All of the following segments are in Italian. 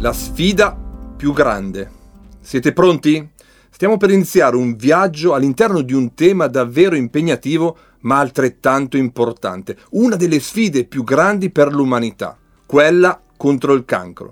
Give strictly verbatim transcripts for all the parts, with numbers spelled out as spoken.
La sfida più grande. Siete pronti? Stiamo per iniziare un viaggio all'interno di un tema davvero impegnativo ma altrettanto importante. Una delle sfide più grandi per l'umanità, quella contro il cancro.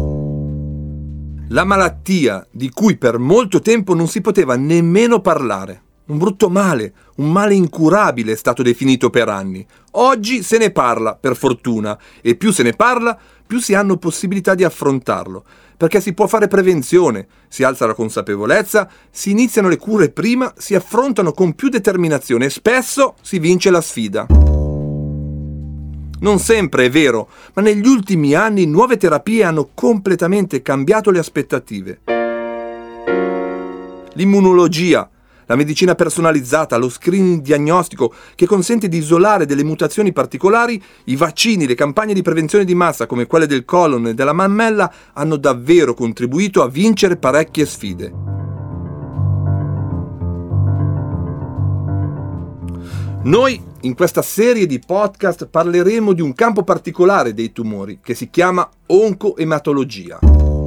La malattia di cui per molto tempo non si poteva nemmeno parlare. Un brutto male, un male incurabile è stato definito per anni. Oggi se ne parla, per fortuna, e più se ne parla, più si hanno possibilità di affrontarlo, perché si può fare prevenzione, si alza la consapevolezza, si iniziano le cure prima, si affrontano con più determinazione e spesso si vince la sfida. Non sempre è vero, ma negli ultimi anni nuove terapie hanno completamente cambiato le aspettative. L'immunologia, la medicina personalizzata, lo screening diagnostico che consente di isolare delle mutazioni particolari, i vaccini, le campagne di prevenzione di massa come quelle del colon e della mammella hanno davvero contribuito a vincere parecchie sfide. Noi in questa serie di podcast parleremo di un campo particolare dei tumori che si chiama oncoematologia.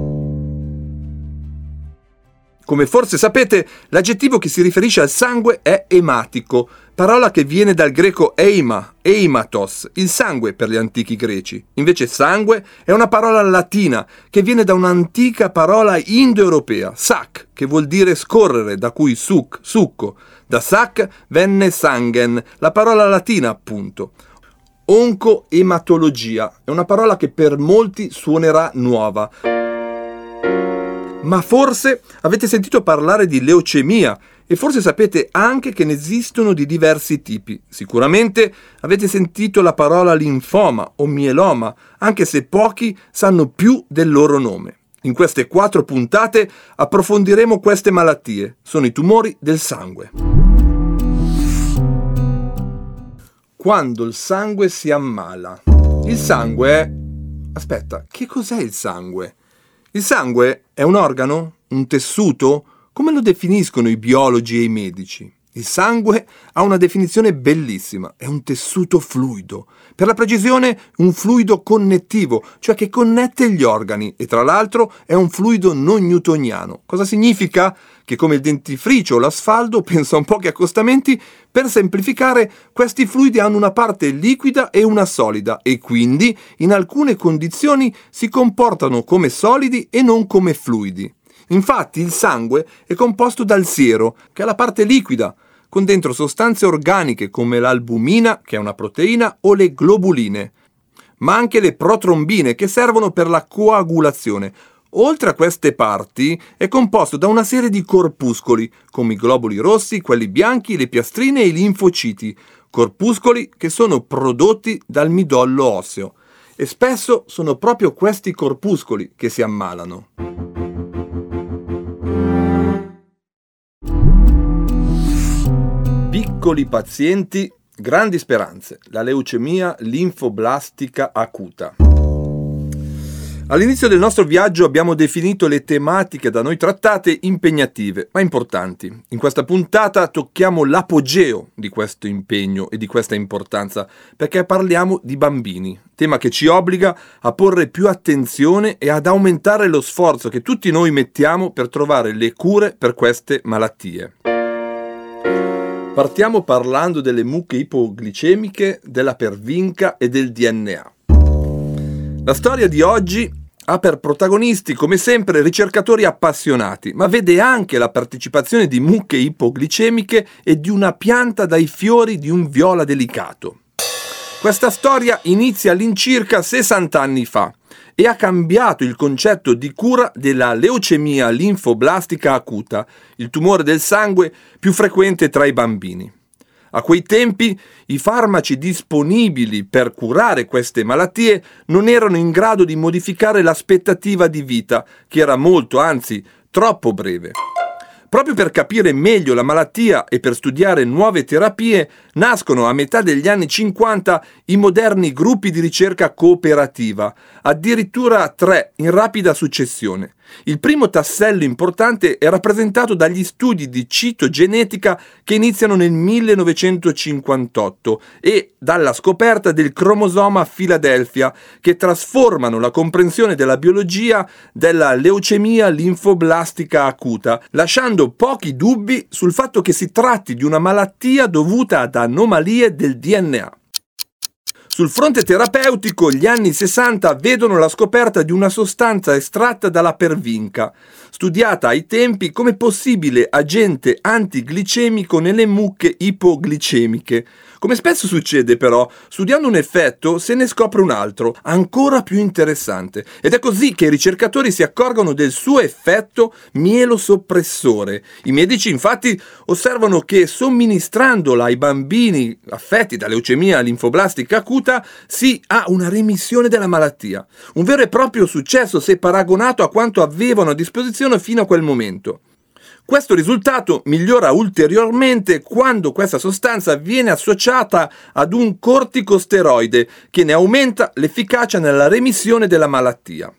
Come forse sapete, l'aggettivo che si riferisce al sangue è ematico, parola che viene dal greco eima, eimatos, il sangue per gli antichi greci. Invece sangue è una parola latina che viene da un'antica parola indoeuropea, sac, che vuol dire scorrere, da cui suc, succo. Da sac venne sangen, la parola latina appunto. Oncoematologia è una parola che per molti suonerà nuova. Ma forse avete sentito parlare di leucemia e forse sapete anche che ne esistono di diversi tipi. Sicuramente avete sentito la parola linfoma o mieloma, anche se pochi sanno più del loro nome. In queste quattro puntate approfondiremo queste malattie. Sono i tumori del sangue. Quando il sangue si ammala. Il sangue è... Aspetta, che cos'è il sangue? Il sangue è un organo? Un tessuto? Come lo definiscono i biologi e i medici? Il sangue ha una definizione bellissima, è un tessuto fluido. Per la precisione, un fluido connettivo, cioè che connette gli organi e tra l'altro è un fluido non newtoniano. Cosa significa? Che come il dentifricio o l'asfalto, pensa un po' che accostamenti, per semplificare, questi fluidi hanno una parte liquida e una solida e quindi in alcune condizioni si comportano come solidi e non come fluidi. Infatti il sangue è composto dal siero, che è la parte liquida, con dentro sostanze organiche come l'albumina, che è una proteina, o le globuline, ma anche le protrombine che servono per la coagulazione. Oltre a queste parti è composto da una serie di corpuscoli, come i globuli rossi, quelli bianchi, le piastrine e i linfociti, corpuscoli che sono prodotti dal midollo osseo. E spesso sono proprio questi corpuscoli che si ammalano. Piccoli pazienti, grandi speranze. La leucemia linfoblastica acuta. All'inizio del nostro viaggio abbiamo definito le tematiche da noi trattate impegnative, ma importanti. In questa puntata tocchiamo l'apogeo di questo impegno e di questa importanza, perché parliamo di bambini, tema che ci obbliga a porre più attenzione e ad aumentare lo sforzo che tutti noi mettiamo per trovare le cure per queste malattie. Partiamo parlando delle mucche ipoglicemiche, della pervinca e del D N A. La storia di oggi ha per protagonisti, come sempre, ricercatori appassionati, ma vede anche la partecipazione di mucche ipoglicemiche e di una pianta dai fiori di un viola delicato. Questa storia inizia all'incirca sessanta anni fa e ha cambiato il concetto di cura della leucemia linfoblastica acuta, il tumore del sangue più frequente tra i bambini. A quei tempi i farmaci disponibili per curare queste malattie non erano in grado di modificare l'aspettativa di vita, che era molto, anzi, troppo breve. Proprio per capire meglio la malattia e per studiare nuove terapie, nascono a metà degli anni cinquanta i moderni gruppi di ricerca cooperativa, addirittura tre in rapida successione. Il primo tassello importante è rappresentato dagli studi di citogenetica che iniziano nel millenovecentocinquantotto e dalla scoperta del cromosoma Philadelphia, che trasformano la comprensione della biologia della leucemia linfoblastica acuta, lasciando pochi dubbi sul fatto che si tratti di una malattia dovuta ad anomalie del D N A. Sul fronte terapeutico, gli anni sessanta vedono la scoperta di una sostanza estratta dalla pervinca, studiata ai tempi come possibile agente antiglicemico nelle mucche ipoglicemiche. Come spesso succede però, studiando un effetto se ne scopre un altro, ancora più interessante. Ed è così che i ricercatori si accorgono del suo effetto mielosoppressore. I medici infatti osservano che somministrandola ai bambini affetti da leucemia linfoblastica acuta si ha una remissione della malattia. Un vero e proprio successo se paragonato a quanto avevano a disposizione fino a quel momento. Questo risultato migliora ulteriormente quando questa sostanza viene associata ad un corticosteroide che ne aumenta l'efficacia nella remissione della malattia.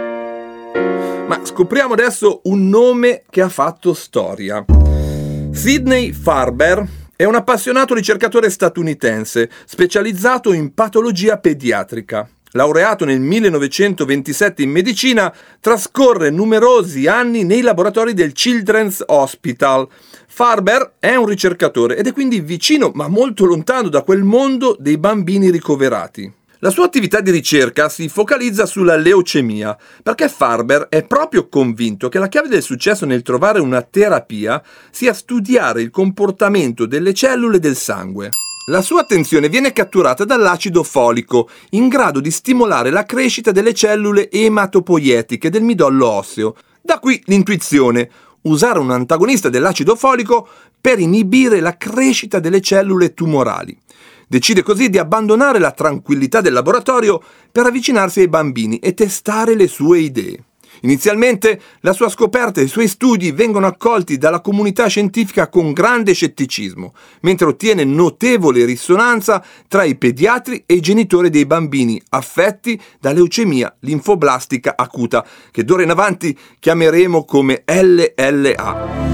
Ma scopriamo adesso un nome che ha fatto storia. Sidney Farber è un appassionato ricercatore statunitense specializzato in patologia pediatrica. Laureato nel millenovecentoventisette in medicina, trascorre numerosi anni nei laboratori del Children's Hospital. Farber è un ricercatore ed è quindi vicino, ma molto lontano da quel mondo dei bambini ricoverati. La sua attività di ricerca si focalizza sulla leucemia, perché Farber è proprio convinto che la chiave del successo nel trovare una terapia sia studiare il comportamento delle cellule del sangue. La sua attenzione viene catturata dall'acido folico, in grado di stimolare la crescita delle cellule ematopoietiche del midollo osseo. Da qui l'intuizione: usare un antagonista dell'acido folico per inibire la crescita delle cellule tumorali. Decide così di abbandonare la tranquillità del laboratorio per avvicinarsi ai bambini e testare le sue idee. Inizialmente la sua scoperta e i suoi studi vengono accolti dalla comunità scientifica con grande scetticismo, mentre ottiene notevole risonanza tra i pediatri e i genitori dei bambini affetti da leucemia linfoblastica acuta, che d'ora in avanti chiameremo come L L A.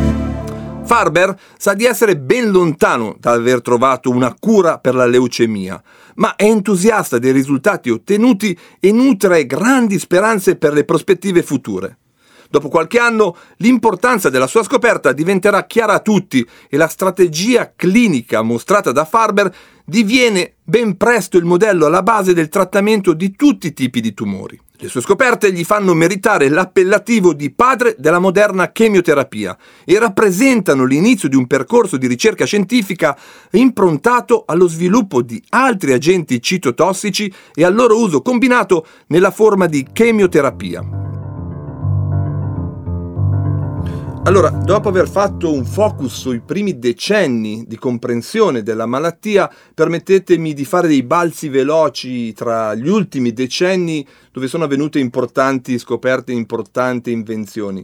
Farber sa di essere ben lontano dall'aver trovato una cura per la leucemia, ma è entusiasta dei risultati ottenuti e nutre grandi speranze per le prospettive future. Dopo qualche anno, l'importanza della sua scoperta diventerà chiara a tutti e la strategia clinica mostrata da Farber diviene ben presto il modello alla base del trattamento di tutti i tipi di tumori. Le sue scoperte gli fanno meritare l'appellativo di padre della moderna chemioterapia e rappresentano l'inizio di un percorso di ricerca scientifica improntato allo sviluppo di altri agenti citotossici e al loro uso combinato nella forma di chemioterapia. Allora, dopo aver fatto un focus sui primi decenni di comprensione della malattia, permettetemi di fare dei balzi veloci tra gli ultimi decenni dove sono avvenute importanti scoperte, importanti invenzioni.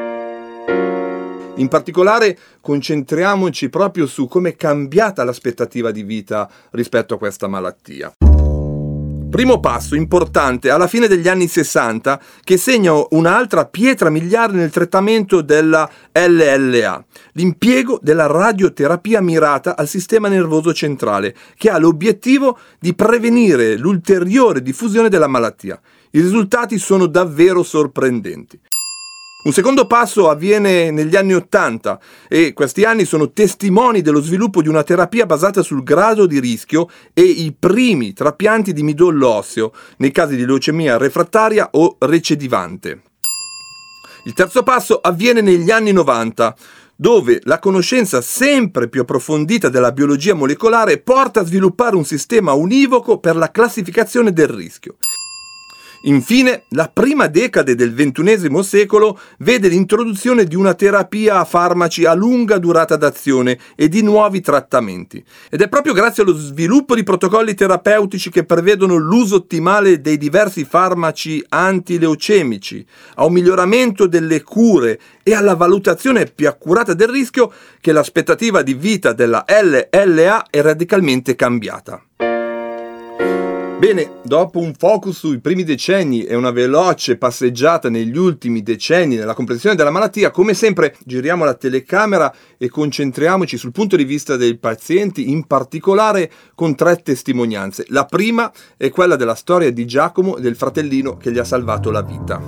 In particolare concentriamoci proprio su come è cambiata l'aspettativa di vita rispetto a questa malattia. Primo passo importante alla fine degli anni sessanta che segna un'altra pietra miliare nel trattamento della L L A, l'impiego della radioterapia mirata al sistema nervoso centrale, che ha l'obiettivo di prevenire l'ulteriore diffusione della malattia. I risultati sono davvero sorprendenti. Un secondo passo avviene negli anni Ottanta e questi anni sono testimoni dello sviluppo di una terapia basata sul grado di rischio e i primi trapianti di midollo osseo nei casi di leucemia refrattaria o recidivante. Il terzo passo avviene negli anni novanta, dove la conoscenza sempre più approfondita della biologia molecolare porta a sviluppare un sistema univoco per la classificazione del rischio. Infine, la prima decade del ventunesimo secolo vede l'introduzione di una terapia a farmaci a lunga durata d'azione e di nuovi trattamenti. Ed è proprio grazie allo sviluppo di protocolli terapeutici che prevedono l'uso ottimale dei diversi farmaci antileucemici, a un miglioramento delle cure e alla valutazione più accurata del rischio che l'aspettativa di vita della L L A è radicalmente cambiata. Bene, dopo un focus sui primi decenni e una veloce passeggiata negli ultimi decenni nella comprensione della malattia, come sempre giriamo la telecamera e concentriamoci sul punto di vista dei pazienti, in particolare con tre testimonianze. La prima è quella della storia di Giacomo e del fratellino che gli ha salvato la vita.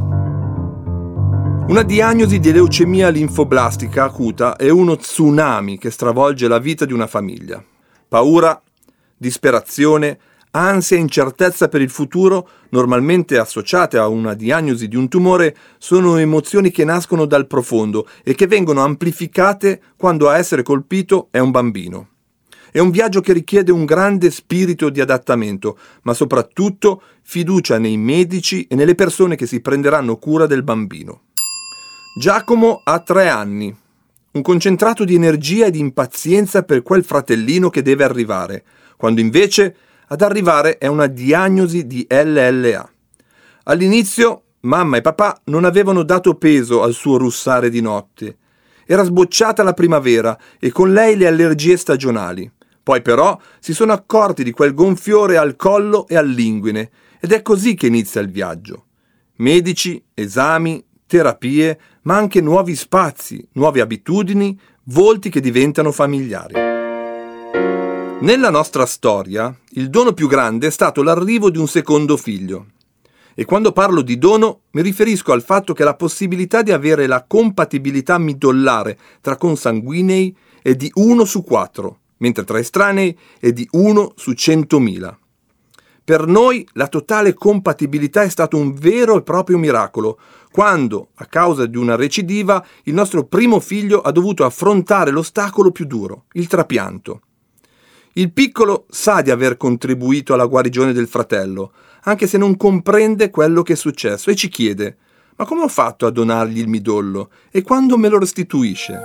Una diagnosi di leucemia linfoblastica acuta è uno tsunami che stravolge la vita di una famiglia. Paura, disperazione, ansia e incertezza per il futuro, normalmente associate a una diagnosi di un tumore, sono emozioni che nascono dal profondo e che vengono amplificate quando a essere colpito è un bambino. È un viaggio che richiede un grande spirito di adattamento, ma soprattutto fiducia nei medici e nelle persone che si prenderanno cura del bambino. Giacomo ha tre anni, un concentrato di energia e di impazienza per quel fratellino che deve arrivare, quando invece ad arrivare è una diagnosi di L L A. All'inizio mamma e papà non avevano dato peso al suo russare di notte. Era sbocciata la primavera e con lei le allergie stagionali. Poi però si sono accorti di quel gonfiore al collo e all'inguine ed è così che inizia il viaggio. Medici, esami, terapie, ma anche nuovi spazi, nuove abitudini, volti che diventano familiari. Nella nostra storia, il dono più grande è stato l'arrivo di un secondo figlio. E quando parlo di dono, mi riferisco al fatto che la possibilità di avere la compatibilità midollare tra consanguinei è di uno su quattro, mentre tra estranei è di uno su centomila. Per noi la totale compatibilità è stato un vero e proprio miracolo, quando, a causa di una recidiva, il nostro primo figlio ha dovuto affrontare l'ostacolo più duro, il trapianto. Il piccolo sa di aver contribuito alla guarigione del fratello, anche se non comprende quello che è successo e ci chiede: ma come ho fatto a donargli il midollo e quando me lo restituisce?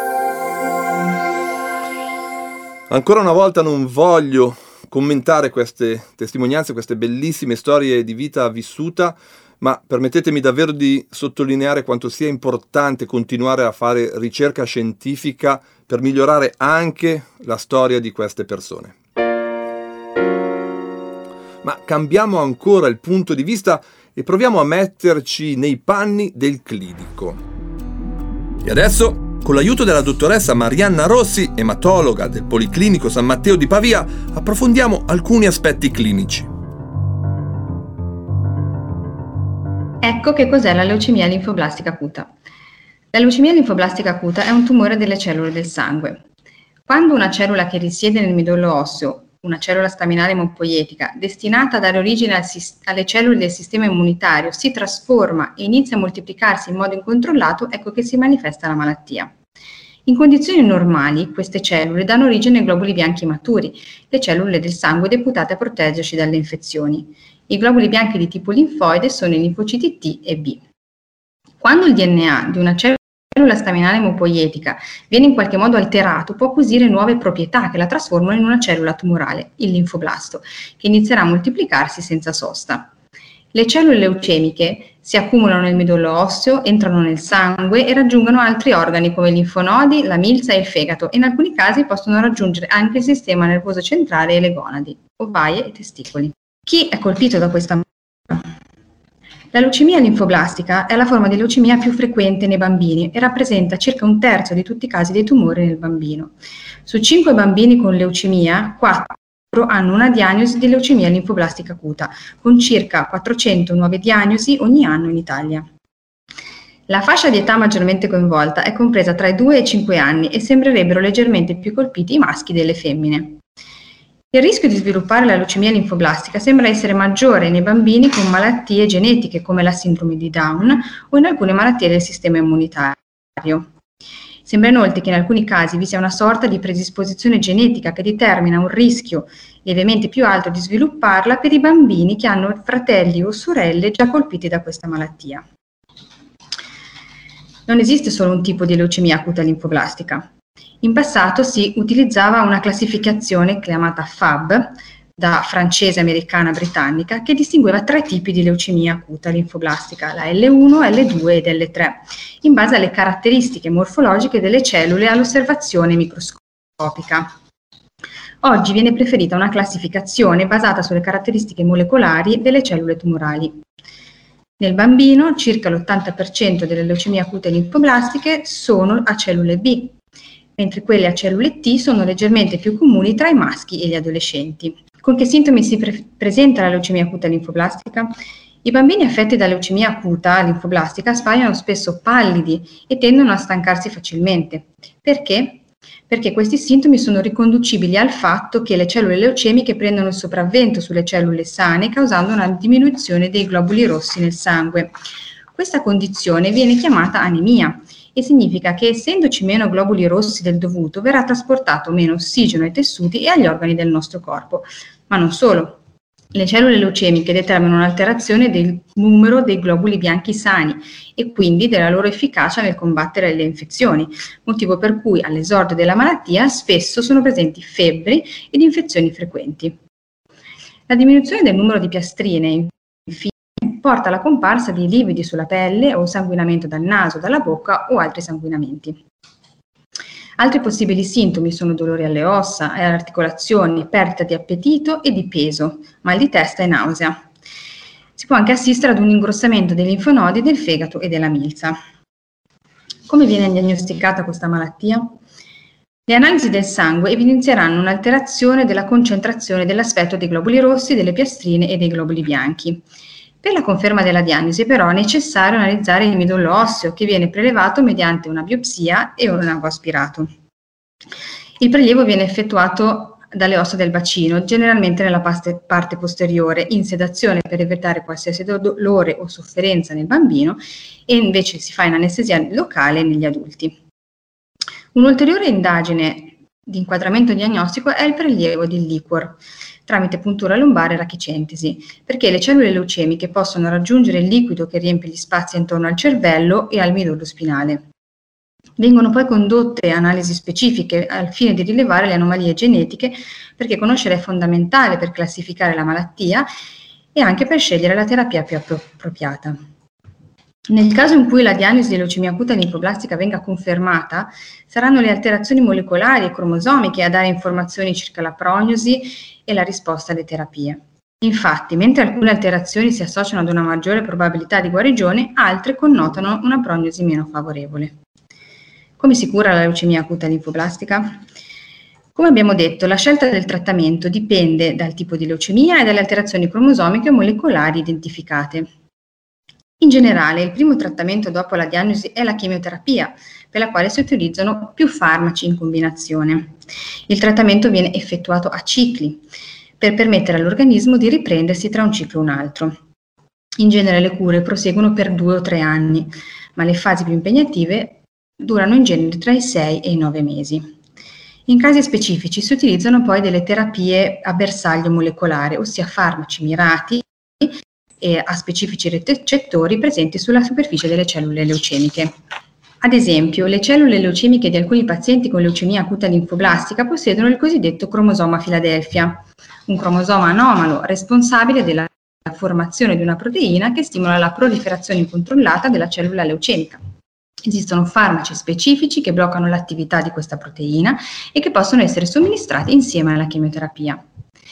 Ancora una volta non voglio commentare queste testimonianze, queste bellissime storie di vita vissuta, ma permettetemi davvero di sottolineare quanto sia importante continuare a fare ricerca scientifica per migliorare anche la storia di queste persone. Ma cambiamo ancora il punto di vista e proviamo a metterci nei panni del clinico. E adesso, con l'aiuto della dottoressa Marianna Rossi, ematologa del Policlinico San Matteo di Pavia, approfondiamo alcuni aspetti clinici. Ecco che cos'è la leucemia linfoblastica acuta. La leucemia linfoblastica acuta è un tumore delle cellule del sangue. Quando una cellula che risiede nel midollo osseo, una cellula staminale ematopoietica, destinata a dare origine al sis- alle cellule del sistema immunitario, si trasforma e inizia a moltiplicarsi in modo incontrollato, ecco che si manifesta la malattia. In condizioni normali, queste cellule danno origine ai globuli bianchi maturi, le cellule del sangue deputate a proteggerci dalle infezioni. I globuli bianchi di tipo linfoide sono i linfociti T e B. Quando il D N A di una cellula staminale emopoietica viene in qualche modo alterato, può acquisire nuove proprietà che la trasformano in una cellula tumorale, il linfoblasto, che inizierà a moltiplicarsi senza sosta. Le cellule leucemiche si accumulano nel midollo osseo, entrano nel sangue e raggiungono altri organi come i linfonodi, la milza e il fegato e in alcuni casi possono raggiungere anche il sistema nervoso centrale e le gonadi, ovaie e testicoli. Chi è colpito da questa malattia? La leucemia linfoblastica è la forma di leucemia più frequente nei bambini e rappresenta circa un terzo di tutti i casi dei tumori nel bambino. Su cinque bambini con leucemia, quattro hanno una diagnosi di leucemia linfoblastica acuta, con circa quattrocento nuove diagnosi ogni anno in Italia. La fascia di età maggiormente coinvolta è compresa tra i due e i cinque anni e sembrerebbero leggermente più colpiti i maschi delle femmine. Il rischio di sviluppare la leucemia linfoblastica sembra essere maggiore nei bambini con malattie genetiche come la sindrome di Down o in alcune malattie del sistema immunitario. Sembra inoltre che in alcuni casi vi sia una sorta di predisposizione genetica che determina un rischio lievemente più alto di svilupparla per i bambini che hanno fratelli o sorelle già colpiti da questa malattia. Non esiste solo un tipo di leucemia acuta linfoblastica. In passato si utilizzava una classificazione chiamata F A B, da francese, americana, britannica, che distingueva tre tipi di leucemia acuta linfoblastica, la L uno, L due ed L tre, in base alle caratteristiche morfologiche delle cellule all'osservazione microscopica. Oggi viene preferita una classificazione basata sulle caratteristiche molecolari delle cellule tumorali. Nel bambino circa l'ottanta per cento delle leucemie acute linfoblastiche sono a cellule B, mentre quelle a cellule T sono leggermente più comuni tra i maschi e gli adolescenti. Con che sintomi si pre- presenta la leucemia acuta linfoblastica? I bambini affetti da leucemia acuta linfoblastica spaiono spesso pallidi e tendono a stancarsi facilmente. Perché? Perché questi sintomi sono riconducibili al fatto che le cellule leucemiche prendono il sopravvento sulle cellule sane, causando una diminuzione dei globuli rossi nel sangue. Questa condizione viene chiamata anemia e significa che, essendoci meno globuli rossi del dovuto, verrà trasportato meno ossigeno ai tessuti e agli organi del nostro corpo. Ma non solo. Le cellule leucemiche determinano un'alterazione del numero dei globuli bianchi sani e quindi della loro efficacia nel combattere le infezioni, motivo per cui all'esordio della malattia spesso sono presenti febbri ed infezioni frequenti. La diminuzione del numero di piastrine, infine, porta alla comparsa di lividi sulla pelle o sanguinamento dal naso, dalla bocca o altri sanguinamenti. Altri possibili sintomi sono dolori alle ossa e alle articolazioni, perdita di appetito e di peso, mal di testa e nausea. Si può anche assistere ad un ingrossamento dei linfonodi, del fegato e della milza. Come viene diagnosticata questa malattia? Le analisi del sangue evidenzieranno un'alterazione della concentrazione dell'aspetto dei globuli rossi, delle piastrine e dei globuli bianchi. Per la conferma della diagnosi, però, è necessario analizzare il midollo osseo, che viene prelevato mediante una biopsia e un aspirato. Il prelievo viene effettuato dalle ossa del bacino, generalmente nella parte posteriore, in sedazione per evitare qualsiasi dolore o sofferenza nel bambino, e invece si fa in anestesia locale negli adulti. Un'ulteriore indagine di inquadramento diagnostico è il prelievo di liquor tramite puntura lombare e rachicentesi, perché le cellule leucemiche possono raggiungere il liquido che riempie gli spazi intorno al cervello e al midollo spinale. Vengono poi condotte analisi specifiche al fine di rilevare le anomalie genetiche, perché conoscere è fondamentale per classificare la malattia e anche per scegliere la terapia più appropriata. Nel caso in cui la diagnosi di leucemia acuta linfoblastica venga confermata, saranno le alterazioni molecolari e cromosomiche a dare informazioni circa la prognosi e la risposta alle terapie. Infatti, mentre alcune alterazioni si associano ad una maggiore probabilità di guarigione, altre connotano una prognosi meno favorevole. Come si cura la leucemia acuta linfoblastica? Come abbiamo detto, la scelta del trattamento dipende dal tipo di leucemia e dalle alterazioni cromosomiche o molecolari identificate. In generale, il primo trattamento dopo la diagnosi è la chemioterapia, per la quale si utilizzano più farmaci in combinazione. Il trattamento viene effettuato a cicli, per permettere all'organismo di riprendersi tra un ciclo e un altro. In genere le cure proseguono per due o tre anni, ma le fasi più impegnative durano in genere tra i sei e i nove mesi. In casi specifici si utilizzano poi delle terapie a bersaglio molecolare, ossia farmaci mirati e a specifici recettori presenti sulla superficie delle cellule leucemiche. Ad esempio, le cellule leucemiche di alcuni pazienti con leucemia acuta linfoblastica possiedono il cosiddetto cromosoma Philadelphia, un cromosoma anomalo responsabile della formazione di una proteina che stimola la proliferazione incontrollata della cellula leucemica. Esistono farmaci specifici che bloccano l'attività di questa proteina e che possono essere somministrati insieme alla chemioterapia.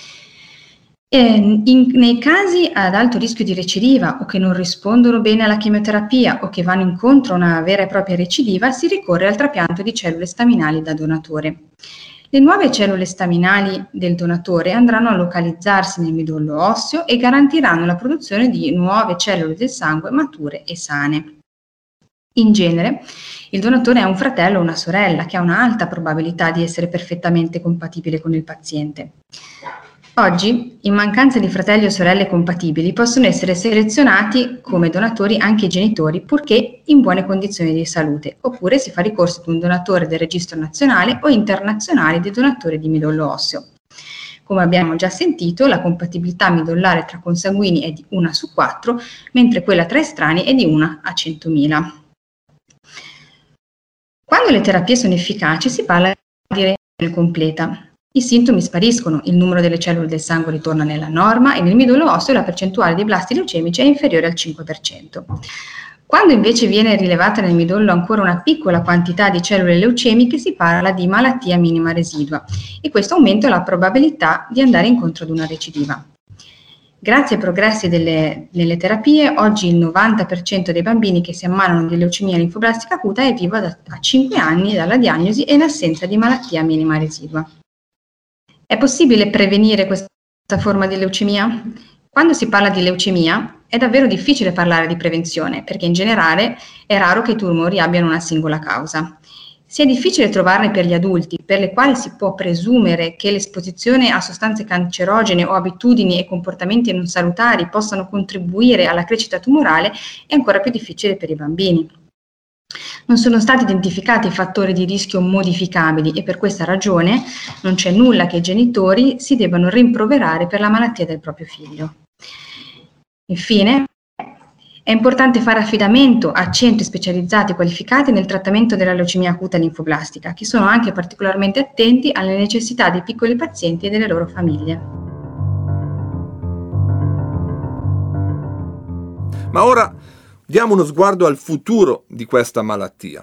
In, nei casi ad alto rischio di recidiva o che non rispondono bene alla chemioterapia o che vanno incontro a una vera e propria recidiva, si ricorre al trapianto di cellule staminali da donatore. Le nuove cellule staminali del donatore andranno a localizzarsi nel midollo osseo e garantiranno la produzione di nuove cellule del sangue mature e sane. In genere, il donatore è un fratello o una sorella che ha un'alta probabilità di essere perfettamente compatibile con il paziente. Oggi, in mancanza di fratelli o sorelle compatibili, possono essere selezionati come donatori anche i genitori, purché in buone condizioni di salute, oppure si fa ricorso ad un donatore del registro nazionale o internazionale dei donatori di midollo osseo. Come abbiamo già sentito, la compatibilità midollare tra consanguini è di una su quattro, mentre quella tra estranei è di una a centomila. Quando le terapie sono efficaci, si parla di remission completa. I sintomi spariscono, il numero delle cellule del sangue ritorna nella norma e nel midollo osseo la percentuale di blasti leucemici è inferiore al cinque per cento. Quando invece viene rilevata nel midollo ancora una piccola quantità di cellule leucemiche, si parla di malattia minima residua e questo aumenta la probabilità di andare incontro ad una recidiva. Grazie ai progressi delle, nelle terapie, oggi il novanta per cento dei bambini che si ammalano di leucemia linfoblastica acuta è vivo da, a cinque anni dalla diagnosi e in assenza di malattia minima residua. È possibile prevenire questa forma di leucemia? Quando si parla di leucemia è davvero difficile parlare di prevenzione, perché in generale è raro che i tumori abbiano una singola causa. Se è difficile trovarne per gli adulti, per le quali si può presumere che l'esposizione a sostanze cancerogene o abitudini e comportamenti non salutari possano contribuire alla crescita tumorale, è ancora più difficile per i bambini. Non sono stati identificati fattori di rischio modificabili e per questa ragione non c'è nulla che i genitori si debbano rimproverare per la malattia del proprio figlio. Infine, è importante fare affidamento a centri specializzati qualificati nel trattamento della leucemia acuta linfoblastica, che sono anche particolarmente attenti alle necessità dei piccoli pazienti e delle loro famiglie. Ma ora diamo uno sguardo al futuro di questa malattia.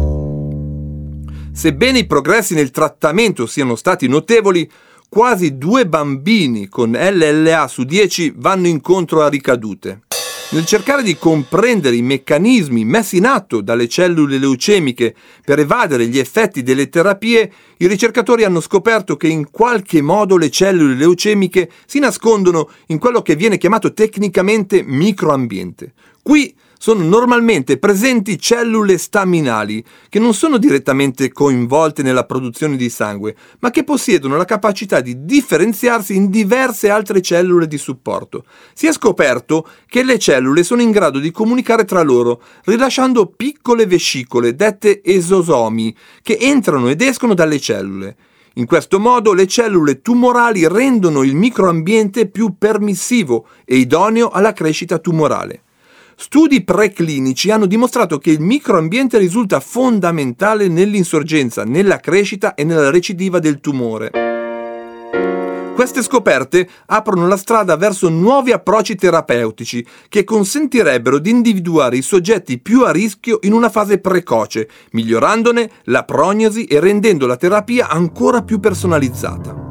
Sebbene i progressi nel trattamento siano stati notevoli, quasi due bambini con L L A su dieci vanno incontro a ricadute. Nel cercare di comprendere i meccanismi messi in atto dalle cellule leucemiche per evadere gli effetti delle terapie, i ricercatori hanno scoperto che in qualche modo le cellule leucemiche si nascondono in quello che viene chiamato tecnicamente microambiente. Qui sono normalmente presenti cellule staminali che non sono direttamente coinvolte nella produzione di sangue, ma che possiedono la capacità di differenziarsi in diverse altre cellule di supporto. Si è scoperto che le cellule sono in grado di comunicare tra loro, rilasciando piccole vescicole dette esosomi che entrano ed escono dalle cellule. In questo modo le cellule tumorali rendono il microambiente più permissivo e idoneo alla crescita tumorale. Studi preclinici hanno dimostrato che il microambiente risulta fondamentale nell'insorgenza, nella crescita e nella recidiva del tumore. Queste scoperte aprono la strada verso nuovi approcci terapeutici che consentirebbero di individuare i soggetti più a rischio in una fase precoce, migliorandone la prognosi e rendendo la terapia ancora più personalizzata.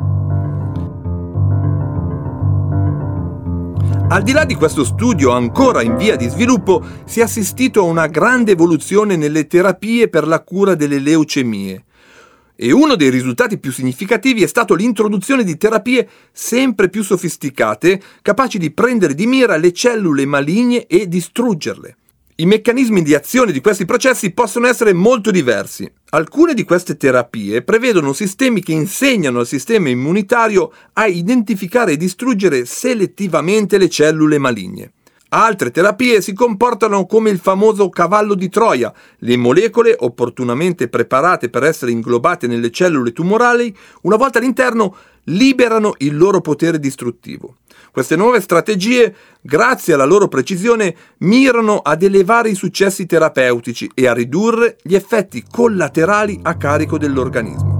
Al di là di questo studio ancora in via di sviluppo, si è assistito a una grande evoluzione nelle terapie per la cura delle leucemie. E uno dei risultati più significativi è stato l'introduzione di terapie sempre più sofisticate, capaci di prendere di mira le cellule maligne e distruggerle. I meccanismi di azione di questi processi possono essere molto diversi. Alcune di queste terapie prevedono sistemi che insegnano al sistema immunitario a identificare e distruggere selettivamente le cellule maligne. Altre terapie si comportano come il famoso cavallo di Troia. Le molecole, opportunamente preparate per essere inglobate nelle cellule tumorali, una volta all'interno, liberano il loro potere distruttivo. Queste nuove strategie, grazie alla loro precisione, mirano ad elevare i successi terapeutici e a ridurre gli effetti collaterali a carico dell'organismo.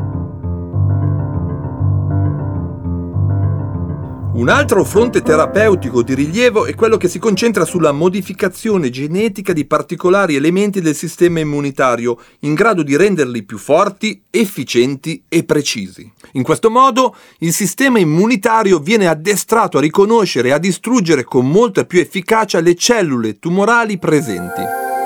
Un altro fronte terapeutico di rilievo è quello che si concentra sulla modificazione genetica di particolari elementi del sistema immunitario, in grado di renderli più forti, efficienti e precisi. In questo modo, il sistema immunitario viene addestrato a riconoscere e a distruggere con molta più efficacia le cellule tumorali presenti.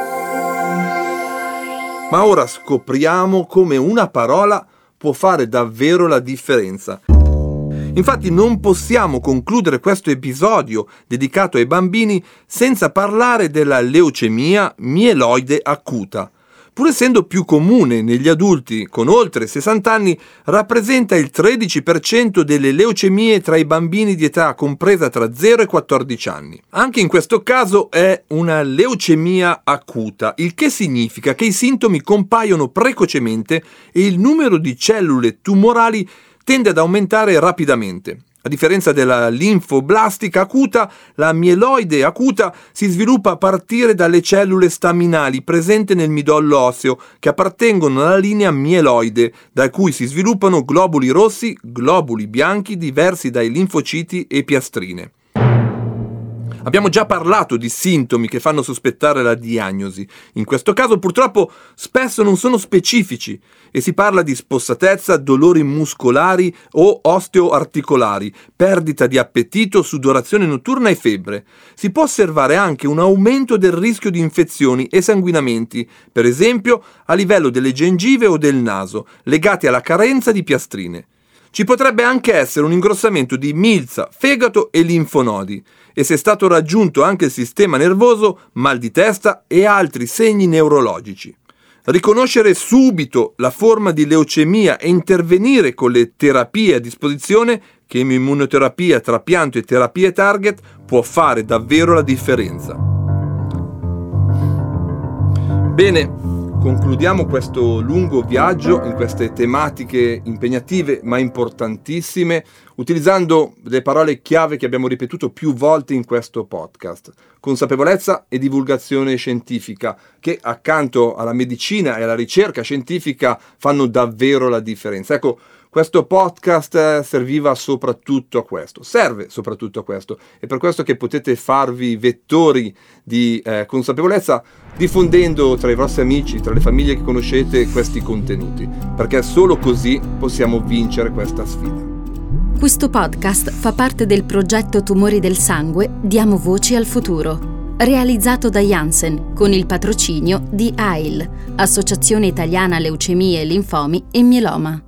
Ma ora scopriamo come una parola può fare davvero la differenza. Infatti non possiamo concludere questo episodio dedicato ai bambini senza parlare della leucemia mieloide acuta. Pur essendo più comune negli adulti con oltre sessanta anni, rappresenta il tredici per cento delle leucemie tra i bambini di età compresa tra zero e quattordici anni. Anche in questo caso è una leucemia acuta, il che significa che i sintomi compaiono precocemente e il numero di cellule tumorali tende ad aumentare rapidamente. A differenza della linfoblastica acuta, la mieloide acuta si sviluppa a partire dalle cellule staminali presenti nel midollo osseo, che appartengono alla linea mieloide, da cui si sviluppano globuli rossi, globuli bianchi diversi dai linfociti e piastrine. Abbiamo già parlato di sintomi che fanno sospettare la diagnosi. In questo caso purtroppo spesso non sono specifici e si parla di spossatezza, dolori muscolari o osteoarticolari, perdita di appetito, sudorazione notturna e febbre. Si può osservare anche un aumento del rischio di infezioni e sanguinamenti, per esempio a livello delle gengive o del naso, legati alla carenza di piastrine. Ci potrebbe anche essere un ingrossamento di milza, fegato e linfonodi e se è stato raggiunto anche il sistema nervoso, mal di testa e altri segni neurologici. Riconoscere subito la forma di leucemia e intervenire con le terapie a disposizione, chemioimmunoterapia, trapianto e terapie target, può fare davvero la differenza. Bene, concludiamo questo lungo viaggio in queste tematiche impegnative ma importantissime utilizzando le parole chiave che abbiamo ripetuto più volte in questo podcast: consapevolezza e divulgazione scientifica, che accanto alla medicina e alla ricerca scientifica fanno davvero la differenza. Ecco, questo podcast serviva soprattutto a questo, serve soprattutto a questo, e per questo che potete farvi vettori di eh, consapevolezza diffondendo tra i vostri amici, tra le famiglie che conoscete questi contenuti, perché solo così possiamo vincere questa sfida. Questo podcast fa parte del progetto Tumori del Sangue Diamo Voci al Futuro, realizzato da Janssen con il patrocinio di A I L, Associazione Italiana Leucemie e Linfomi e Mieloma.